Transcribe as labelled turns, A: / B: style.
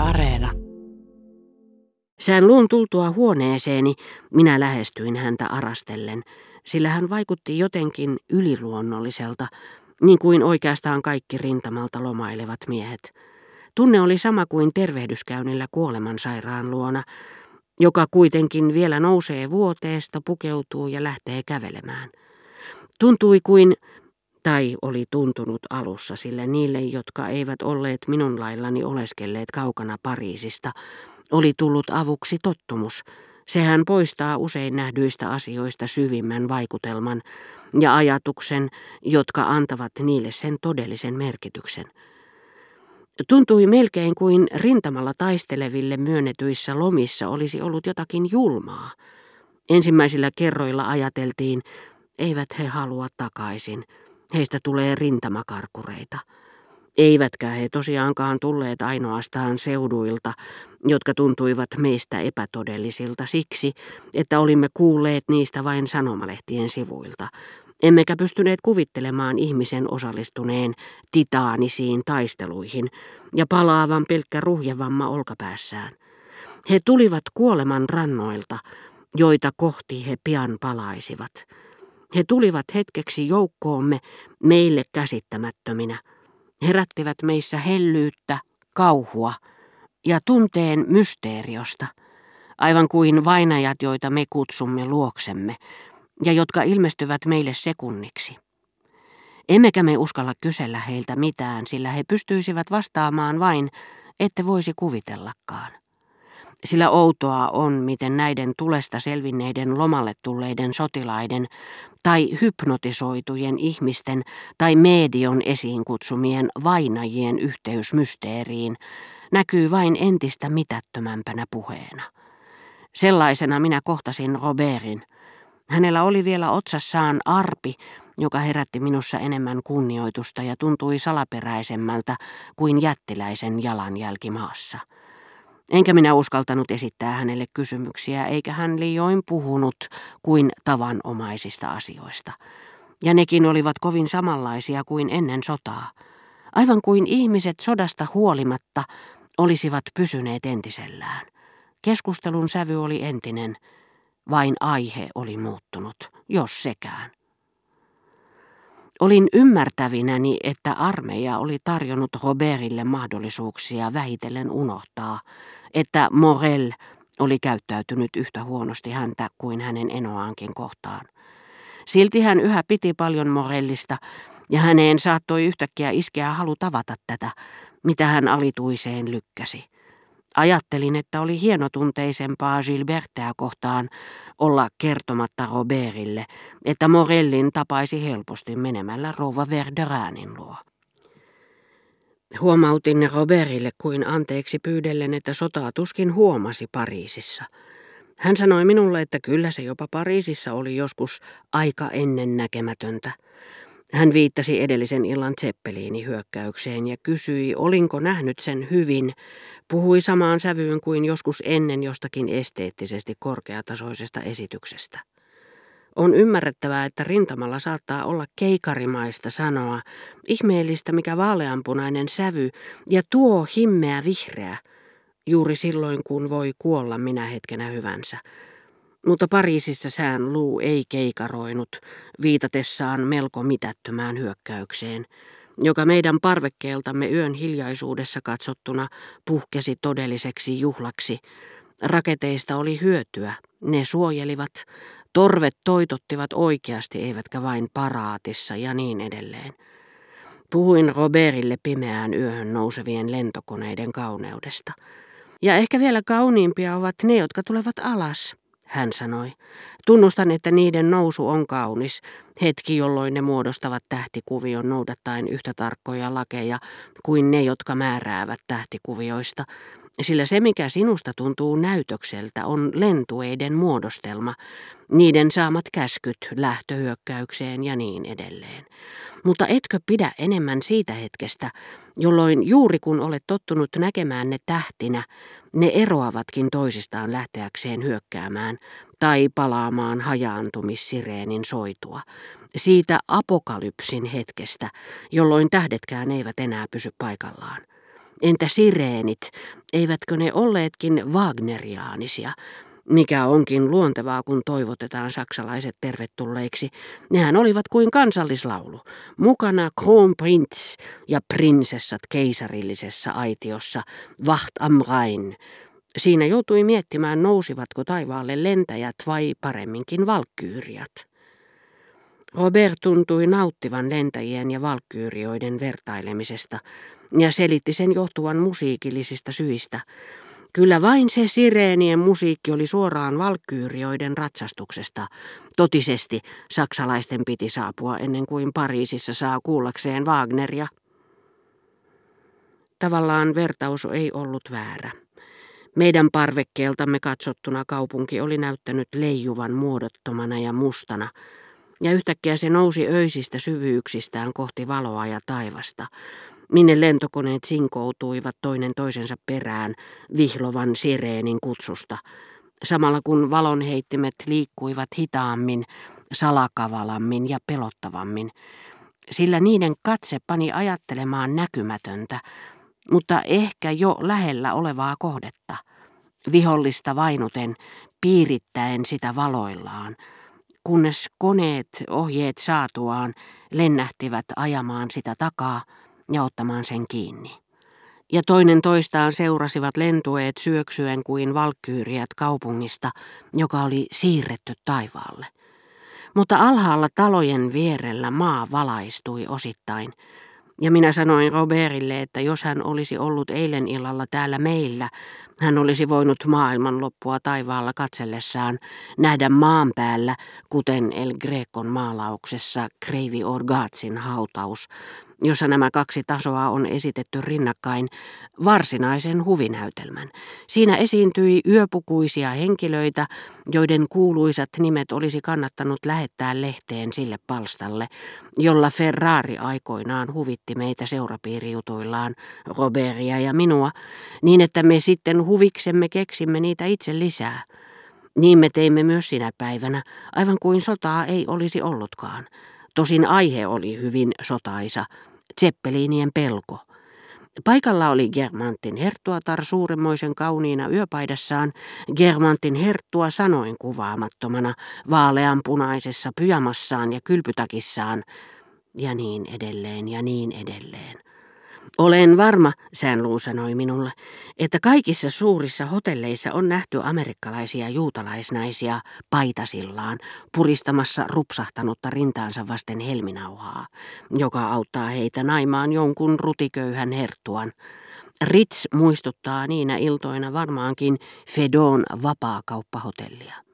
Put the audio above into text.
A: Areena.
B: Sään luun tultua huoneeseeni minä lähestyin häntä arastellen, sillä hän vaikutti jotenkin yliluonnolliselta, niin kuin oikeastaan kaikki rintamalta lomailevat miehet. Tunne oli sama kuin tervehdyskäynnillä kuolemansairaan luona, joka kuitenkin vielä nousee vuoteesta, pukeutuu ja lähtee kävelemään. Tuntui kuin, tai oli tuntunut alussa, sillä niille, jotka eivät olleet minun laillani oleskelleet kaukana Pariisista, oli tullut avuksi tottumus. Sehän poistaa usein nähdyistä asioista syvimmän vaikutelman ja ajatuksen, jotka antavat niille sen todellisen merkityksen. Tuntui melkein kuin rintamalla taisteleville myönnetyissä lomissa olisi ollut jotakin julmaa. Ensimmäisillä kerroilla ajateltiin, eivät he halua takaisin. Heistä tulee rintamakarkureita. Eivätkä he tosiaankaan tulleet ainoastaan seuduilta, jotka tuntuivat meistä epätodellisilta siksi, että olimme kuulleet niistä vain sanomalehtien sivuilta. Emmekä pystyneet kuvittelemaan ihmisen osallistuneen titaanisiin taisteluihin ja palaavan pelkkä ruhjevamma olkapäässään. He tulivat kuoleman rannoilta, joita kohti he pian palaisivat. He tulivat hetkeksi joukkoomme meille käsittämättöminä. Herättivät meissä hellyyttä, kauhua ja tunteen mysteeriosta, aivan kuin vainajat, joita me kutsumme luoksemme ja jotka ilmestyvät meille sekunniksi. Emmekä me uskalla kysellä heiltä mitään, sillä he pystyisivät vastaamaan vain, ette voisi kuvitellakaan. Sillä outoa on, miten näiden tulesta selvinneiden lomalle tulleiden sotilaiden tai hypnotisoitujen ihmisten tai medion esiin kutsumien vainajien yhteys mysteeriin näkyy vain entistä mitättömämpänä puheena. Sellaisena minä kohtasin Robertin. Hänellä oli vielä otsassaan arpi, joka herätti minussa enemmän kunnioitusta ja tuntui salaperäisemmältä kuin jättiläisen jalanjälki maassa. Enkä minä uskaltanut esittää hänelle kysymyksiä, eikä hän liioin puhunut kuin tavanomaisista asioista. Ja nekin olivat kovin samanlaisia kuin ennen sotaa. Aivan kuin ihmiset sodasta huolimatta olisivat pysyneet entisellään. Keskustelun sävy oli entinen, vain aihe oli muuttunut, jos sekään. Olin ymmärtävinäni, että armeija oli tarjonnut Robertille mahdollisuuksia vähitellen unohtaa, että Morel oli käyttäytynyt yhtä huonosti häntä kuin hänen enoaankin kohtaan. Silti hän yhä piti paljon Morellista, ja häneen saattoi yhtäkkiä iskeä halu tavata tätä, mitä hän alituiseen lykkäsi. Ajattelin, että oli hienotunteisempaa Gilbertää kohtaan olla kertomatta Robertille, että Morellin tapaisi helposti menemällä rouva Verderanin luo. Huomautin Robertille kuin anteeksi pyydellen, että sotaa tuskin huomasi Pariisissa. Hän sanoi minulle, että kyllä se jopa Pariisissa oli joskus aika ennennäkemätöntä. Hän viittasi edellisen illan Zeppelini-hyökkäykseen ja kysyi, olinko nähnyt sen hyvin, puhui samaan sävyyn kuin joskus ennen jostakin esteettisesti korkeatasoisesta esityksestä. On ymmärrettävää, että rintamalla saattaa olla keikarimaista sanoa, ihmeellistä mikä vaaleanpunainen sävy ja tuo himmeä vihreä, juuri silloin kun voi kuolla minä hetkenä hyvänsä. Mutta Pariisissa sään luu ei keikaroinut viitatessaan melko mitättömään hyökkäykseen, joka meidän parvekkeeltamme yön hiljaisuudessa katsottuna puhkesi todelliseksi juhlaksi. Raketeista oli hyötyä, ne suojelivat, torvet toitottivat oikeasti eivätkä vain paraatissa ja niin edelleen. Puhuin Robertille pimeään yöhön nousevien lentokoneiden kauneudesta. Ja ehkä vielä kauniimpia ovat ne, jotka tulevat alas, hän sanoi. Tunnustan, että niiden nousu on kaunis, hetki jolloin ne muodostavat tähtikuvion noudattaen yhtä tarkkoja lakeja kuin ne, jotka määräävät tähtikuvioista, sillä se mikä sinusta tuntuu näytökseltä on lentueiden muodostelma, niiden saamat käskyt lähtöhyökkäykseen ja niin edelleen. Mutta etkö pidä enemmän siitä hetkestä, jolloin juuri kun olet tottunut näkemään ne tähtinä, ne eroavatkin toisistaan lähteäkseen hyökkäämään tai palaamaan hajaantumissireenin soitua, siitä apokalypsin hetkestä, jolloin tähdetkään eivät enää pysy paikallaan. Entä sireenit, eivätkö ne olleetkin wagneriaanisia? Mikä onkin luontevaa, kun toivotetaan saksalaiset tervetulleiksi. Nehän olivat kuin kansallislaulu. Mukana Kronprinz ja prinsessat keisarillisessa aitiossa, Wacht am Rhein. Siinä joutui miettimään, nousivatko taivaalle lentäjät vai paremminkin valkkyyriat. Robert tuntui nauttivan lentäjien ja valkkyyrioiden vertailemisesta ja selitti sen johtuvan musiikillisista syistä. Kyllä vain se sireenien musiikki oli suoraan valkkyyrioiden ratsastuksesta. Totisesti saksalaisten piti saapua ennen kuin Pariisissa saa kuullakseen Wagneria. Tavallaan vertaus ei ollut väärä. Meidän parvekkeeltamme katsottuna kaupunki oli näyttänyt leijuvan muodottomana ja mustana, ja yhtäkkiä se nousi öisistä syvyyksistään kohti valoa ja taivasta, minne lentokoneet sinkoutuivat toinen toisensa perään vihlovan sireenin kutsusta, samalla kun valonheittimet liikkuivat hitaammin, salakavalammin ja pelottavammin, sillä niiden katse pani ajattelemaan näkymätöntä, mutta ehkä jo lähellä olevaa kohdetta, vihollista vainuten, piirittäen sitä valoillaan, kunnes koneet ohjeet saatuaan lennähtivät ajamaan sitä takaa ja ottamaan sen kiinni. Ja toinen toistaan seurasivat lentueet syöksyen kuin valkkyyriät kaupungista, joka oli siirretty taivaalle. Mutta alhaalla talojen vierellä maa valaistui osittain, ja minä sanoin Robertille, että jos hän olisi ollut eilen illalla täällä meillä, hän olisi voinut maailmanloppua taivaalla katsellessaan nähdä maan päällä, kuten El Grecon maalauksessa Kreivi Orgazin hautaus, jossa nämä kaksi tasoa on esitetty rinnakkain, varsinaisen huvinäytelmän. Siinä esiintyi yöpukuisia henkilöitä, joiden kuuluisat nimet olisi kannattanut lähettää lehteen sille palstalle, jolla Ferrari aikoinaan huvitti meitä seurapiirijutuillaan, Robertia ja minua, niin että me sitten huviksemme keksimme niitä itse lisää. Niin me teimme myös sinä päivänä, aivan kuin sotaa ei olisi ollutkaan. Tosin aihe oli hyvin sotaisa, Zeppelinien pelko. Paikalla oli Germantin herttuatar suuremmoisen kauniina yöpaidassaan, Germantin herttua sanoin kuvaamattomana, vaaleanpunaisessa pyjamassaan ja kylpytakissaan, ja niin edelleen ja niin edelleen. Olen varma, Saint-Loup sanoi minulle, että kaikissa suurissa hotelleissa on nähty amerikkalaisia juutalaisnaisia paitasillaan puristamassa rupsahtanutta rintaansa vasten helminauhaa, joka auttaa heitä naimaan jonkun rutiköyhän herttuan. Ritz muistuttaa niinä iltoina varmaankin Fedon vapaakauppahotellia.